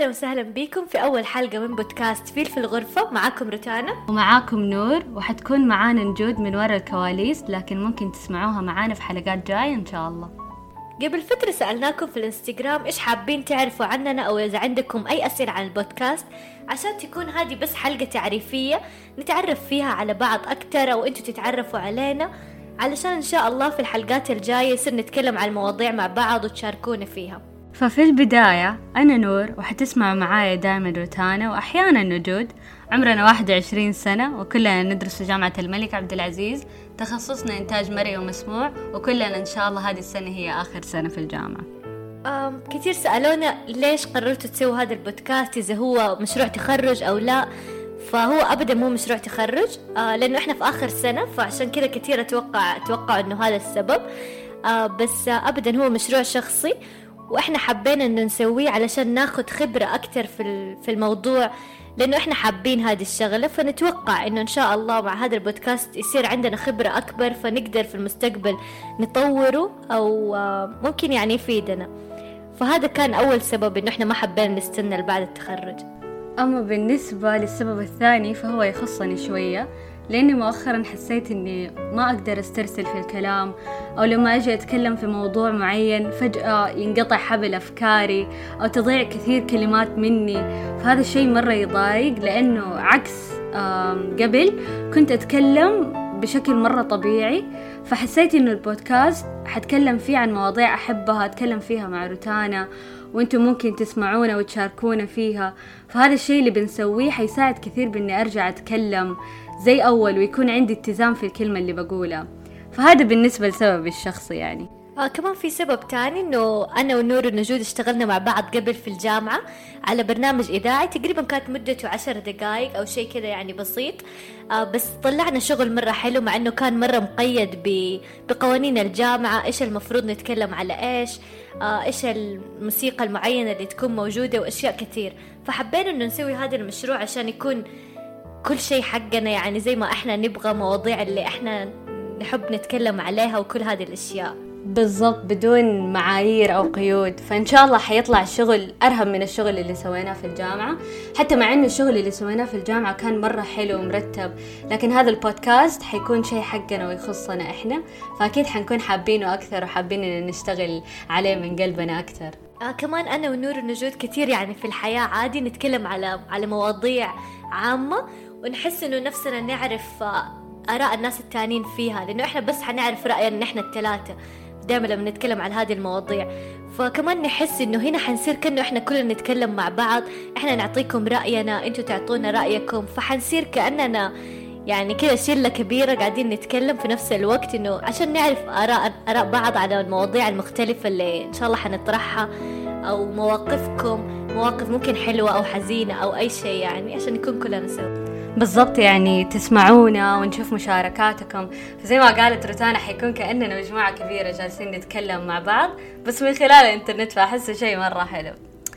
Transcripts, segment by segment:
أهلا وسهلا بكم في أول حلقة من بودكاست فيل في الغرفة. معاكم روتانا ومعاكم نور، وحتكون معانا نجود من وراء الكواليس، لكن ممكن تسمعوها معانا في حلقات جاية إن شاء الله. قبل فترة سألناكم في الانستغرام إيش حابين تعرفوا عننا، أو إذا عندكم أي أسئلة عن البودكاست، عشان تكون هذه بس حلقة تعريفية نتعرف فيها على بعض أكتر، أو أنتوا تتعرفوا علينا، علشان إن شاء الله في الحلقات الجاية يصير نتكلم عن المواضيع مع بعض وتشاركونا فيها. ففي البداية أنا نور، وحتسمعوا معايا دائما روتانا وأحيانا نجود. عمرنا 21 سنة وكلنا ندرس في جامعة الملك عبد العزيز، تخصصنا إنتاج مرئي ومسموع، وكلنا إن شاء الله هذه السنة هي آخر سنة في الجامعة. كتير سألونا ليش قررتوا تسووا هذا البودكاست، إذا هو مشروع تخرج أو لا. فهو أبدا مو مشروع تخرج، لأنه إحنا في آخر سنة، فعشان كذا كتير أتوقع إنه هذا السبب. بس أبدا هو مشروع شخصي، وإحنا حابين إنه نسويه علشان ناخد خبرة أكتر في الموضوع، لأنه إحنا حابين هذه الشغلة. فنتوقع إنه إن شاء الله مع هذا البودكاست يصير عندنا خبرة أكبر، فنقدر في المستقبل نطوره، أو ممكن يعني يفيدنا. فهذا كان أول سبب إنه إحنا ما حابين نستنى بعد التخرج. أما بالنسبة للسبب الثاني فهو يخصني شوية، لأني مؤخرا حسيت أني ما أقدر أسترسل في الكلام، أو لما أجي أتكلم في موضوع معين فجأة ينقطع حبل أفكاري أو تضيع كثير كلمات مني. فهذا الشيء مرة يضايق، لأنه عكس قبل كنت أتكلم بشكل مرة طبيعي. فحسيت أنه البودكاست حتكلم فيه عن مواضيع أحبها، أتكلم فيها مع روتانا، وانتم ممكن تسمعونا وتشاركونا فيها. فهذا الشيء اللي بنسويه حيساعد كثير بإني أرجع أتكلم زي أول، ويكون عندي اتزان في الكلمة اللي بقولها. فهذا بالنسبة لسبب الشخصي يعني. كمان في سبب تاني، إنه أنا ونور ونجود اشتغلنا مع بعض قبل في الجامعة على برنامج إذاعي، تقريبا كانت مدته 10 دقائق أو شيء كذا يعني بسيط. بس طلعنا شغل مرة حلو، مع إنه كان مرة مقيد بقوانين الجامعة، إيش المفروض نتكلم على إيش الموسيقى المعينة اللي تكون موجودة وأشياء كتير. فحبينا إنه نسوي هذا المشروع عشان يكون كل شيء حقنا، يعني زي ما إحنا نبغى، مواضيع اللي إحنا نحب نتكلم عليها وكل هذه الأشياء بالضبط، بدون معايير أو قيود. فإن شاء الله حيطلع الشغل أرهب من الشغل اللي سويناه في الجامعة، حتى مع إنه الشغل اللي سويناه في الجامعة كان مرة حلو ومرتب، لكن هذا البودكاست حيكون شيء حقنا ويخصنا إحنا، فأكيد حنكون حابينه أكثر وحابين إن نشتغل عليه من قلبنا أكثر. كمان أنا ونور ونجود كتير يعني في الحياة عادي نتكلم على مواضيع عامة، ونحس إنه نفسنا نعرف آراء الناس التانين فيها، لأنه إحنا بس حنعرف رأينا نحن الثلاثة دائما لما نتكلم عن هذه المواضيع. فكمان نحس إنه هنا حنصير كأنه إحنا كلنا نتكلم مع بعض، إحنا نعطيكم رأينا، أنتوا تعطونا رأيكم، فحنصير كأننا يعني كده شلة كبيرة قاعدين نتكلم في نفس الوقت، إنه عشان نعرف آراء بعض على المواضيع المختلفة اللي إن شاء الله حنطرحها، أو مواقف ممكن حلوة أو حزينة أو أي شيء، يعني عشان نكون كلنا سوا. بالضبط، يعني تسمعونا ونشوف مشاركاتكم. فزي ما قالت روتانا حيكون كأننا مجموعة كبيرة جالسين نتكلم مع بعض بس من خلال الانترنت، فأحسه شيء مرة حلو.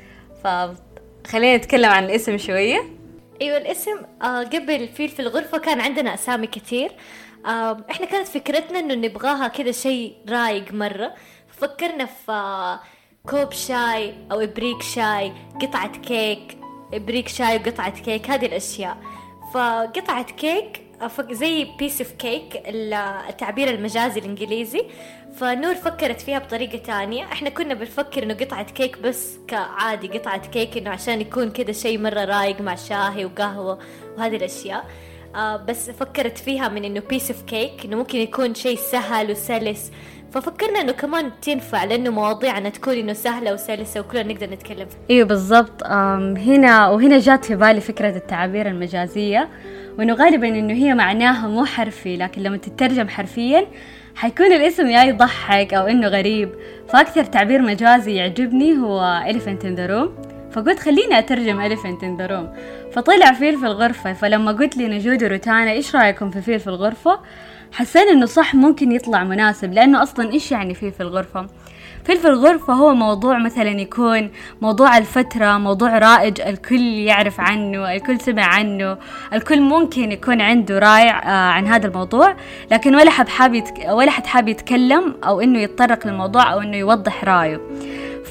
فخلينا نتكلم عن الاسم شوية. ايوه الاسم. قبل فيل في الغرفة كان عندنا اسامي كتير. احنا كانت فكرتنا انه نبغاها كده شيء رايق مرة، فكرنا في كوب شاي او ابريق شاي، قطعة كيك، ابريق شاي وقطعة كيك، هذه الاشياء. فقطعة كيك زي بيس اوف كيك، التعبير المجازي الانجليزي. فنور فكرت فيها بطريقة تانية، احنا كنا بنفكر انه قطعة كيك بس كعادي قطعة كيك، انه عشان يكون كده شيء مرة رايق مع شاهي وقهوة وهذه الاشياء. بس فكرت فيها من انه بيس اوف كيك انه ممكن يكون شيء سهل وسلس، ففكرنا انه كمان تنفع لانه مواضيعنا تكون انه سهلة وسلسة وكلنا نقدر نتكلم فيها. ايوه بالضبط. هنا جات في بالي فكرة التعابير المجازية، وانه غالبا انه هي معناها مو حرفي، لكن لما تترجم حرفيا حيكون الاسم يا يضحك او انه غريب. فاكثر تعبير مجازي يعجبني هو elephant in the room، فقلت خليني اترجم elephant in the room، فطلع فيل في الغرفة. فلما قلت لي نجود وروتانا ايش رايكم في فيل في الغرفة، حسينا انه صح ممكن يطلع مناسب، لانه اصلا ايش يعني فيل في الغرفة؟ فيل في الغرفة هو موضوع مثلا يكون موضوع الفترة، موضوع رائج الكل يعرف عنه، الكل سمع عنه، الكل ممكن يكون عنده راي عن هذا الموضوع، لكن ولا حد حاب يتكلم او انه يتطرق للموضوع او انه يوضح رايه.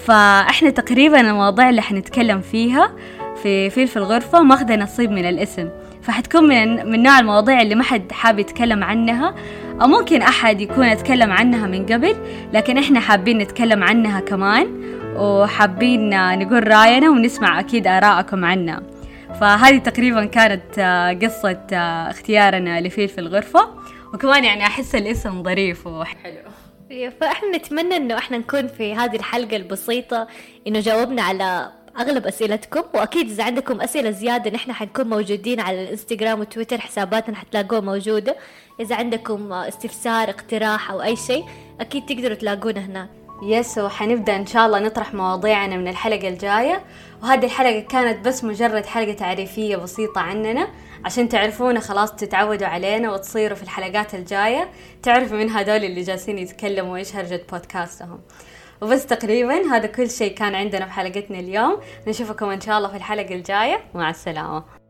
فإحنا تقريبا المواضيع اللي حنتكلم فيها في الغرفة ماخذة نصيب من الاسم، فحتكون من نوع المواضيع اللي ما حد حاب يتكلم عنها، أو ممكن أحد يكون يتكلم عنها من قبل، لكن إحنا حابين نتكلم عنها كمان، وحابين نقول رأينا ونسمع أكيد آراءكم عنها. فهذه تقريبا كانت قصة اختيارنا لفيل في الغرفة، وكمان يعني أحس الاسم ظريف وحلو. فإحنا نتمنى إنه إحنا نكون في هذه الحلقة البسيطة إنه جاوبنا على أغلب أسئلتكم، وأكيد إذا عندكم أسئلة زيادة نحن حنكون موجودين على الإنستغرام وتويتر، حساباتنا حتلاقوها موجودة. إذا عندكم استفسار اقتراح أو أي شيء أكيد تقدروا تلاقونا هناك. يس، وحنبدأ إن شاء الله نطرح مواضيعنا من الحلقة الجاية. وهذه الحلقة كانت بس مجرد حلقة تعريفية بسيطة عننا عشان تعرفونا، خلاص تتعودوا علينا وتصيروا في الحلقات الجاية تعرفوا من هذول اللي جالسين يتكلموا إيش هرجة بودكاستهم. وبس تقريبا هذا كل شيء كان عندنا في حلقتنا اليوم. نشوفكم إن شاء الله في الحلقة الجاية، مع السلامة.